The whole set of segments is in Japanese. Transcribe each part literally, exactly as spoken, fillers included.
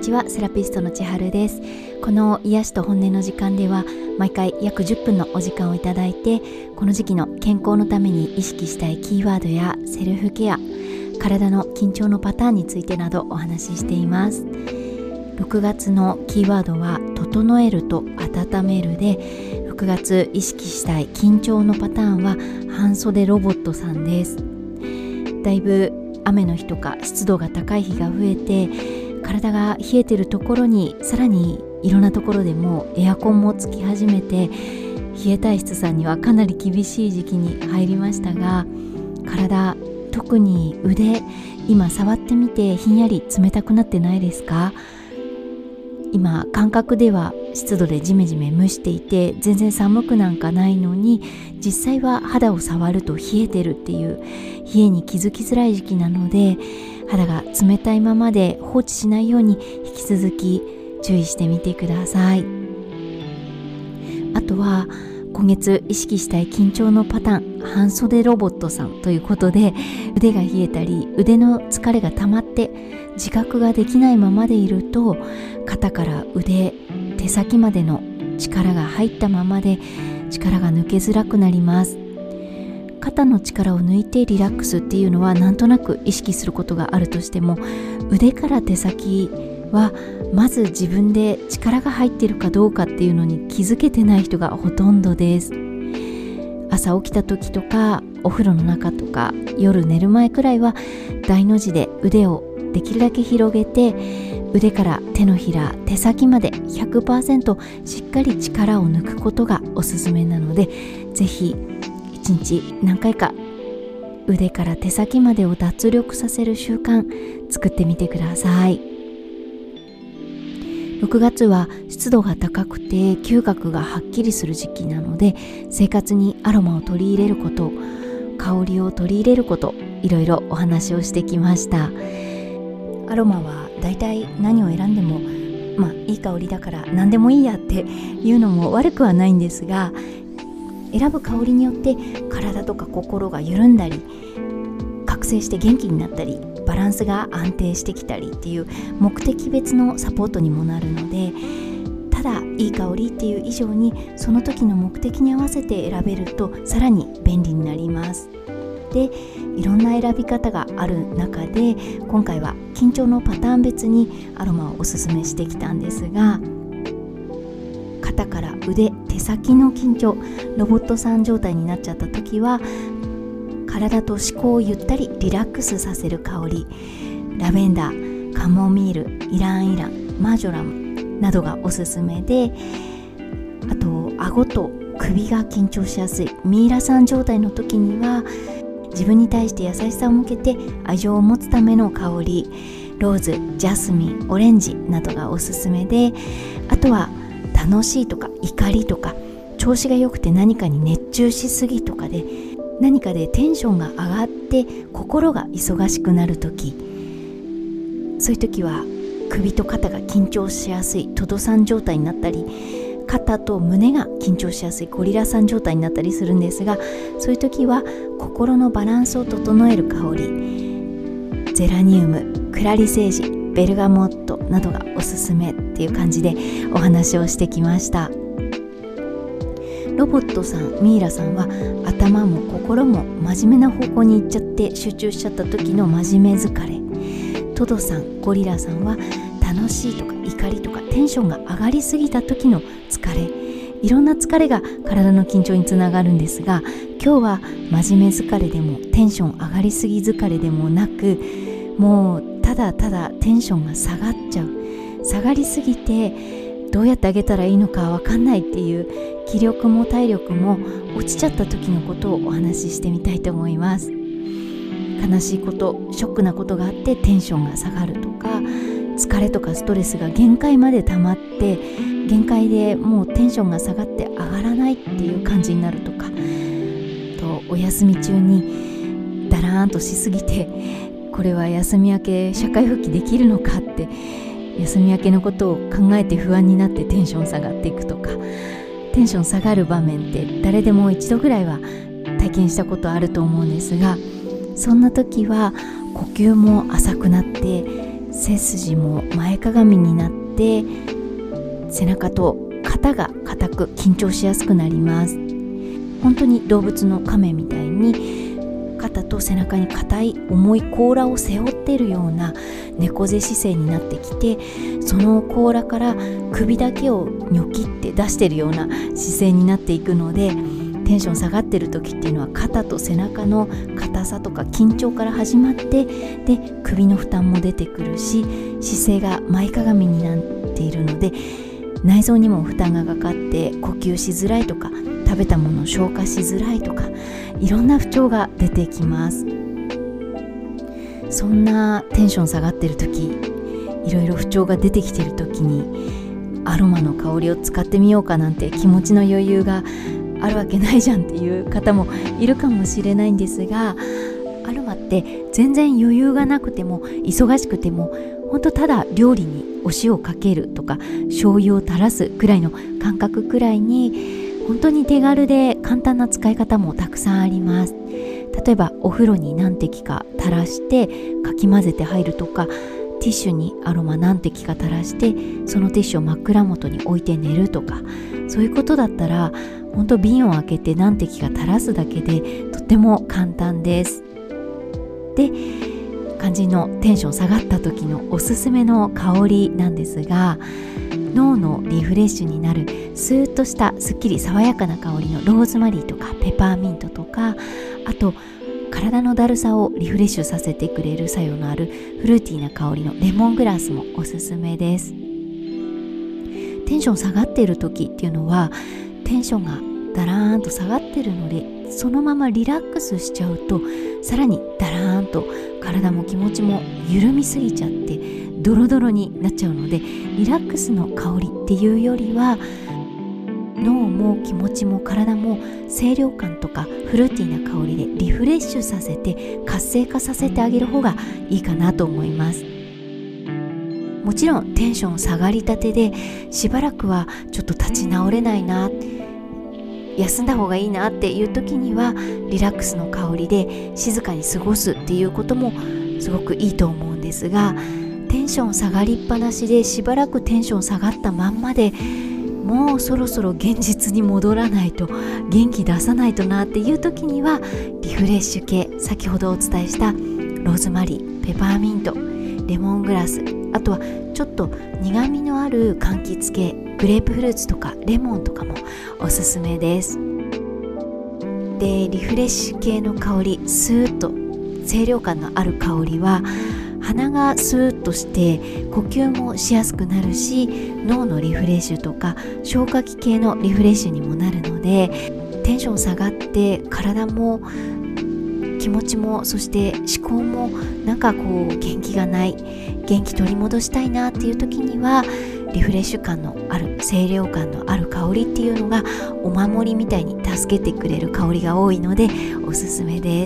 ちは、セラピストの千春です。この癒しと本音の時間では毎回約じゅっぷんのお時間をいただいて、この時期の健康のために意識したいキーワードやセルフケア、体の緊張のパターンについてなどお話ししています。ろくがつのキーワードは整えると温めるで、ろくがつ意識したい緊張のパターンは半袖ロボットさんです。だいぶ雨の日とか湿度が高い日が増えて、体が冷えてるところにさらにいろんなところでもエアコンもつき始めて、冷え体質さんにはかなり厳しい時期に入りましたが、体、特に腕、今触ってみてひんやり冷たくなってないですか？今感覚では湿度でジメジメ蒸していて全然寒くなんかないのに、実際は肌を触ると冷えてるっていう冷えに気づきづらい時期なので、肌が冷たいままで放置しないように引き続き注意してみてください。あとは今月意識したい緊張のパターン、半袖ロボットさんということで、腕が冷えたり腕の疲れが溜まって自覚ができないままでいると、肩から腕、手先までの力が入ったままで力が抜けづらくなります。肩の力を抜いてリラックスっていうのはなんとなく意識することがあるとしても、腕から手先はまず自分で力が入っているかどうかっていうのに気づけてない人がほとんどです。朝起きた時とかお風呂の中とか夜寝る前くらいは大の字で腕をできるだけ広げて、腕から手のひら、手先まで ひゃくパーセント しっかり力を抜くことがおすすめなので、ぜひいちにち何回か腕から手先までを脱力させる習慣作ってみてください。ろくがつは湿度が高くて嗅覚がはっきりする時期なので、生活にアロマを取り入れること、香りを取り入れること、いろいろお話をしてきました。アロマはだいたい何を選んでもまあいい香りだから何でもいいやっていうのも悪くはないんですが、選ぶ香りによって体とか心が緩んだり覚醒して元気になったり、バランスが安定してきたりっていう目的別のサポートにもなるので、ただいい香りっていう以上にその時の目的に合わせて選べるとさらに便利になります。で、いろんな選び方がある中で、今回は緊張のパターン別にアロマをおすすめしてきたんですが、肩から腕、手先の緊張、ロボットさん状態になっちゃった時は、体と思考をゆったりリラックスさせる香り、ラベンダー、カモミール、イランイラン、マージョラムなどがおすすめで、あと顎と首が緊張しやすいミイラさん状態の時には、自分に対して優しさを向けて愛情を持つための香り、ローズ、ジャスミン、オレンジなどがおすすめで、あとは楽しいとか怒りとか調子が良くて何かに熱中しすぎとかで、何かでテンションが上がって心が忙しくなる時、そういう時は首と肩が緊張しやすいトドさん状態になったり、肩と胸が緊張しやすいゴリラさん状態になったりするんですが、そういう時は心のバランスを整える香り、ゼラニウム、クラリセージ、ベルガモットなどがおすすめっていう感じでお話をしてきました。ロボットさん、ミイラさんは頭も心も真面目な方向に行っちゃって集中しちゃった時の真面目疲れ、トドさん、ゴリラさんは楽しいとか怒りとかテンションが上がりすぎた時の疲れ、いろんな疲れが体の緊張につながるんですが、今日は真面目疲れでもテンション上がりすぎ疲れでもなく、もうただただテンションが下がっちゃう、下がりすぎてどうやってあげたらいいのかわかんないっていう気力も体力も落ちちゃった時のことをお話ししてみたいと思います。悲しいこと、ショックなことがあってテンションが下がるとか、疲れとかストレスが限界まで溜まって限界でもうテンションが下がって上がらないっていう感じになるとか、とお休み中にダラーンとしすぎて、これは休み明け社会復帰できるのかって休み明けのことを考えて不安になってテンション下がっていくとか、テンション下がる場面って誰でも一度ぐらいは体験したことあると思うんですが、そんな時は呼吸も浅くなって背筋も前かがみになって、背中と肩が硬く緊張しやすくなります。本当に動物の亀みたいに肩と背中に硬い重い甲羅を背負っているような猫背姿勢になってきて、その甲羅から首だけをニョキって出しているような姿勢になっていくので、テンション下がってる時っていうのは肩と背中の硬さとか緊張から始まって、で首の負担も出てくるし、姿勢が前かがみになっているので内臓にも負担がかかって呼吸しづらいとか、食べたものを消化しづらいとか、いろんな不調が出てきます。そんなテンション下がってる時、いろいろ不調が出てきてる時にアロマの香りを使ってみようかなんて気持ちの余裕があるわけないじゃんっていう方もいるかもしれないんですが、アロマって全然余裕がなくても忙しくても、ほんとただ料理にお塩をかけるとか醤油を垂らすくらいの感覚くらいに、本当に手軽で簡単な使い方もたくさんあります。例えばお風呂に何滴か垂らしてかき混ぜて入るとか、ティッシュにアロマ何滴か垂らしてそのティッシュを枕元に置いて寝るとか、そういうことだったら本当瓶を開けて何滴か垂らすだけでとっても簡単です。で、肝心のテンション下がった時のおすすめの香りなんですが、脳のリフレッシュになるスーッとしたすっきり爽やかな香りのローズマリーとかペパーミントとか、あと体のだるさをリフレッシュさせてくれる作用のあるフルーティーな香りのレモングラスもおすすめです。テンション下がっている時っていうのは、テンションがダラーンと下がってるので、そのままリラックスしちゃうとさらにダラーンと体も気持ちも緩みすぎちゃってドロドロになっちゃうので、リラックスの香りっていうよりは脳も気持ちも体も清涼感とかフルーティーな香りでリフレッシュさせて活性化させてあげる方がいいかなと思います。もちろんテンション下がりたてでしばらくはちょっと立ち直れないな、休んだ方がいいなっていう時にはリラックスの香りで静かに過ごすっていうこともすごくいいと思うんですが、テンション下がりっぱなしでしばらくテンション下がったまんまで、もうそろそろ現実に戻らないと、元気出さないとなっていう時にはリフレッシュ系、先ほどお伝えしたローズマリー、ペパーミント、レモングラス、あとはちょっと苦みのある柑橘系、グレープフルーツとかレモンとかもおすすめです。で、リフレッシュ系の香り、スーッと清涼感のある香りは鼻がスーッとして呼吸もしやすくなるし、脳のリフレッシュとか消化器系のリフレッシュにもなるので、テンション下がって体も気持ちもそして思考もなんかこう元気がない、元気取り戻したいなっていう時にはリフレッシュ感のある、清涼感のある香りっていうのがお守りみたいに助けてくれる香りが多いのでおすすめです。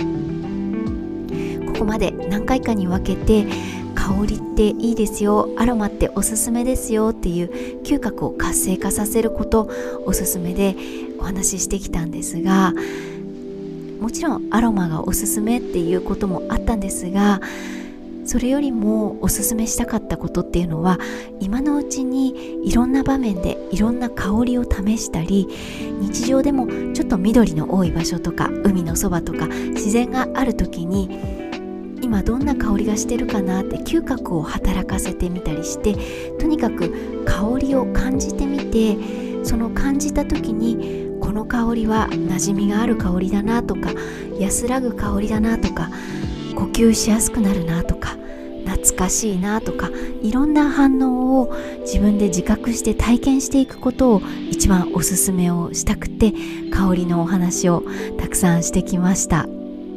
ここまで何回かに分けて香りっていいですよ、アロマっておすすめですよっていう嗅覚を活性化させることおすすめでお話ししてきたんですが、もちろんアロマがおすすめっていうこともあったんですが、それよりもおすすめしたかったことっていうのは、今のうちにいろんな場面でいろんな香りを試したり、日常でもちょっと緑の多い場所とか海のそばとか自然がある時に今どんな香りがしてるかなって嗅覚を働かせてみたりして、とにかく香りを感じてみて、その感じた時にこの香りは馴染みがある香りだなとか、安らぐ香りだなとか、呼吸しやすくなるなとか、懐かしいなとか、いろんな反応を自分で自覚して体験していくことを一番おすすめをしたくて、香りのお話をたくさんしてきました。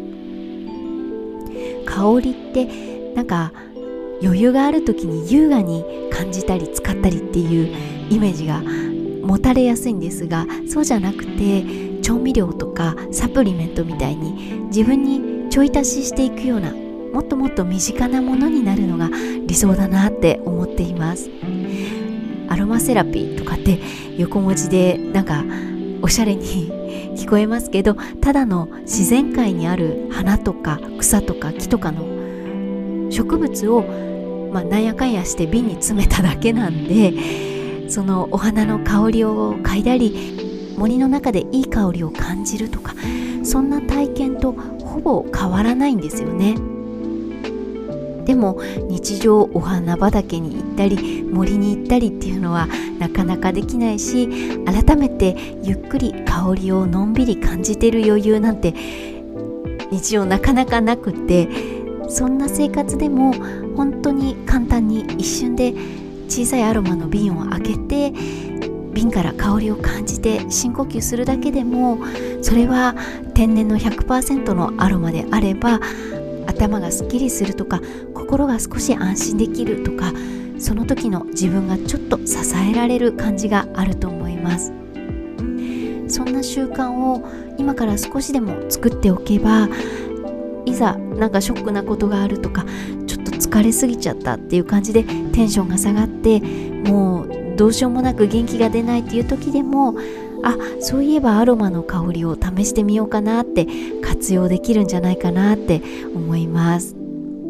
香りってなんか余裕がある時に優雅に感じたり使ったりっていうイメージが持たれやすいんですが、そうじゃなくて調味料とかサプリメントみたいに自分にちょい足ししていくような、もっともっと身近なものになるのが理想だなって思っています。アロマセラピーとかって横文字でなんかおしゃれに聞こえますけど、ただの自然界にある花とか草とか木とかの植物をまあ、なんやかんやして瓶に詰めただけなんで、そのお花の香りを嗅いだり森の中でいい香りを感じるとか、そんな体験とほぼ変わらないんですよね。でも日常お花畑に行ったり森に行ったりっていうのはなかなかできないし、改めてゆっくり香りをのんびり感じてる余裕なんて日常なかなかなくて、そんな生活でも本当に簡単に一瞬で小さいアロマの瓶を開けて瓶から香りを感じて深呼吸するだけでも、それは天然の ひゃくパーセント のアロマであれば頭がすっきりするとか心が少し安心できるとか、その時の自分がちょっと支えられる感じがあると思います。そんな習慣を今から少しでも作っておけば、いざなんかショックなことがあるとかちょっと疲れすぎちゃったっていう感じでテンションが下がってもうどうしようもなく元気が出ないっていう時でも、あ、そういえばアロマの香りを試してみようかなって活用できるんじゃないかなって思います。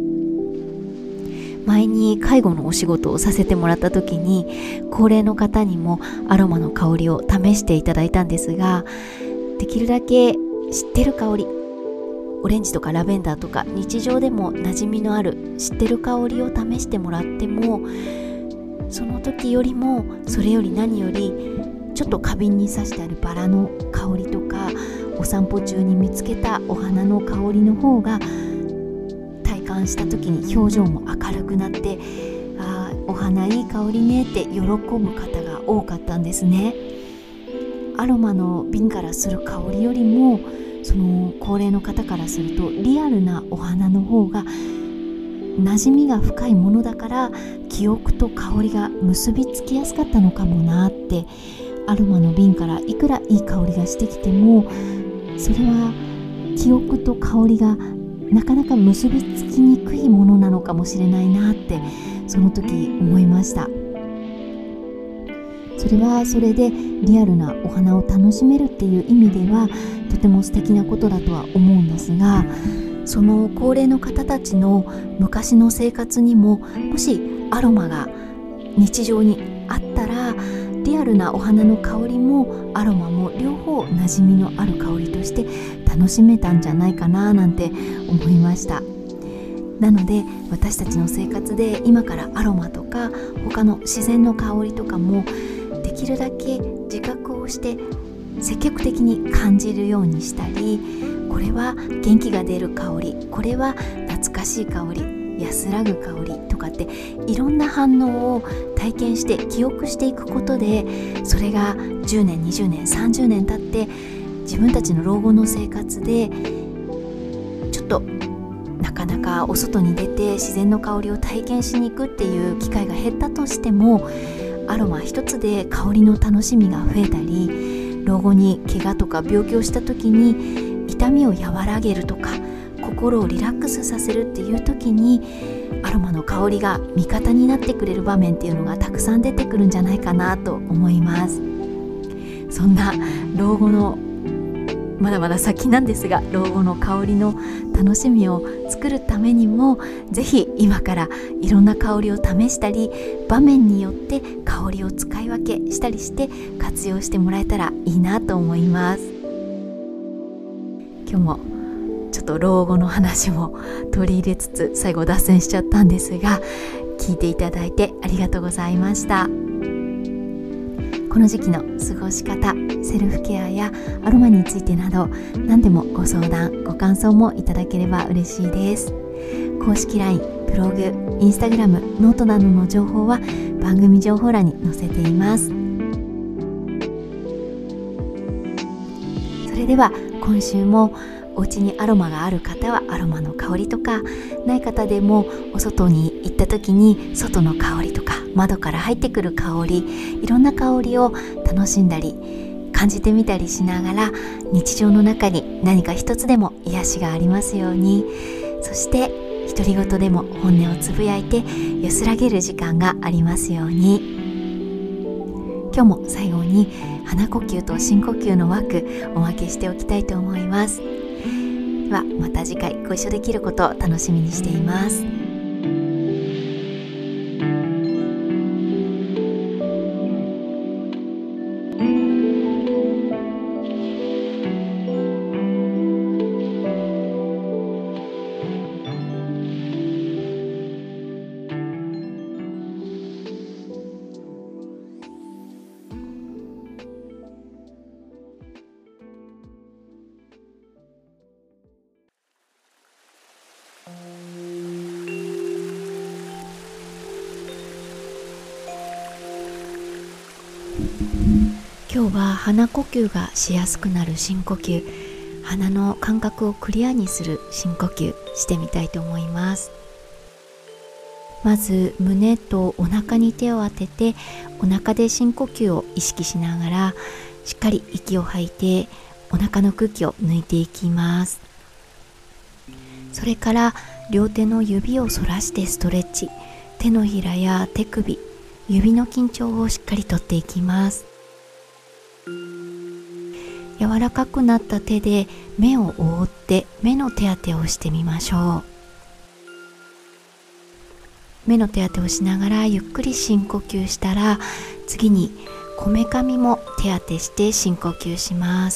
前に介護のお仕事をさせてもらった時に高齢の方にもアロマの香りを試していただいたんですが、できるだけ知ってる香り、オレンジとかラベンダーとか日常でも馴染みのある知ってる香りを試してもらっても、その時よりもそれより何よりちょっと花瓶に刺してあるバラの香りとかお散歩中に見つけたお花の香りの方が体感した時に表情も明るくなって、あーお花いい香りねって喜ぶ方が多かったんですね。アロマの瓶からする香りよりもその高齢の方からするとリアルなお花の方が馴染みが深いものだから記憶と香りが結びつきやすかったのかもなって、アロマの瓶からいくらいい香りがしてきてもそれは記憶と香りがなかなか結びつきにくいものなのかもしれないなってその時思いました。それはそれでリアルなお花を楽しめるっていう意味ではとても素敵なことだとは思うんですが、その高齢の方たちの昔の生活にももしアロマが日常にあったら、リアルなお花の香りもアロマも両方馴染みのある香りとして楽しめたんじゃないかななんて思いました。なので私たちの生活で今からアロマとか他の自然の香りとかもできるだけ自覚をして積極的に感じるようにしたり、これは元気が出る香り、これは懐かしい香り、安らぐ香りとかっていろんな反応を体験して記憶していくことで、それがじゅうねんにじゅうねんさんじゅうねん経って自分たちの老後の生活でちょっとなかなかお外に出て自然の香りを体験しに行くっていう機会が減ったとしても、アロマ一つで香りの楽しみが増えたり、老後に怪我とか病気をした時に痛みを和らげるとか心をリラックスさせるっていう時にアロマの香りが味方になってくれる場面っていうのがたくさん出てくるんじゃないかなと思います。そんな老後のまだまだ先なんですが、老後の香りの楽しみを作るためにもぜひ今からいろんな香りを試したり、場面によって香りを使い分けしたりして活用してもらえたらいいなと思います。今日もちょっと老後の話も取り入れつつ最後脱線しちゃったんですが、聞いていただいてありがとうございました。この時期の過ごし方、セルフケアやアロマについてなど何でもご相談ご感想もいただければ嬉しいです。公式 ライン、ブログ、インスタグラム、ノートなどの情報は番組情報欄に載せています。それでは今週もお家にアロマがある方はアロマの香りとか、ない方でもお外に行った時に外の香りとか窓から入ってくる香り、いろんな香りを楽しんだり感じてみたりしながら、日常の中に何か一つでも癒しがありますように、そして独り言でも本音をつぶやいて安らげる時間がありますように。今日も最後に鼻呼吸と深呼吸の枠おまけしておきたいと思います。ではまた次回ご一緒できることを楽しみにしています。 今日は鼻呼吸がしやすくなる深呼吸、鼻の感覚をクリアにする深呼吸してみたいと思います。まず胸とお腹に手を当てて、お腹で深呼吸を意識しながらしっかり息を吐いてお腹の空気を抜いていきます。それから両手の指を反らしてストレッチ、手のひらや手首、指の緊張をしっかりとっていきます。柔らかくなった手で目を覆って目の手当てをしてみましょう。目の手当てをしながらゆっくり深呼吸したら、次にこめかみも手当てして深呼吸します。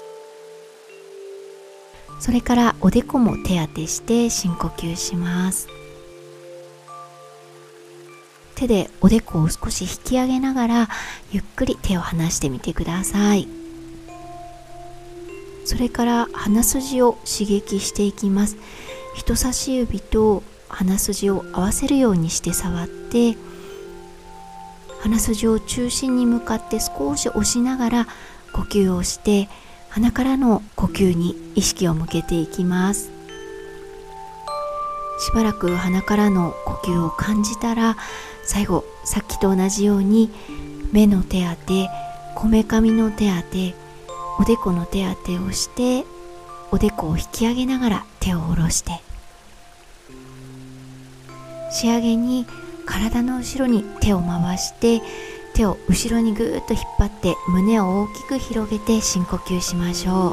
それからおでこも手当てして深呼吸します。手でおでこを少し引き上げながらゆっくり手を離してみてください。それから鼻筋を刺激していきます。人差し指と鼻筋を合わせるようにして触って、鼻筋を中心に向かって少し押しながら呼吸をして、鼻からの呼吸に意識を向けていきます。しばらく鼻からの呼吸を感じたら、最後さっきと同じように目の手当て、こめかみの手当て、おでこの手当てをして、おでこを引き上げながら手を下ろして、仕上げに体の後ろに手を回して、手を後ろにぐーっと引っ張って胸を大きく広げて深呼吸しましょう。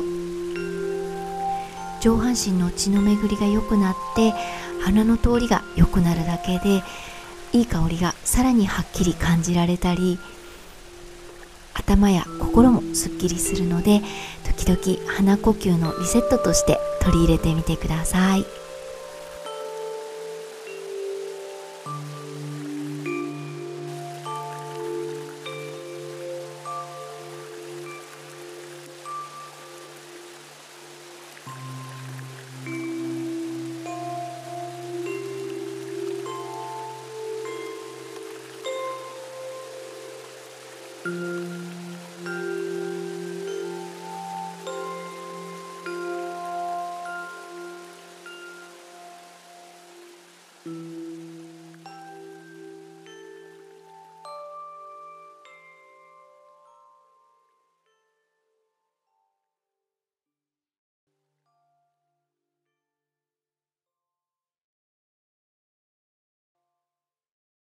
上半身の血の巡りが良くなって鼻の通りが良くなるだけで、いい香りがさらにはっきり感じられたり、頭や心もすっきりするので、時々鼻呼吸のリセットとして取り入れてみてください。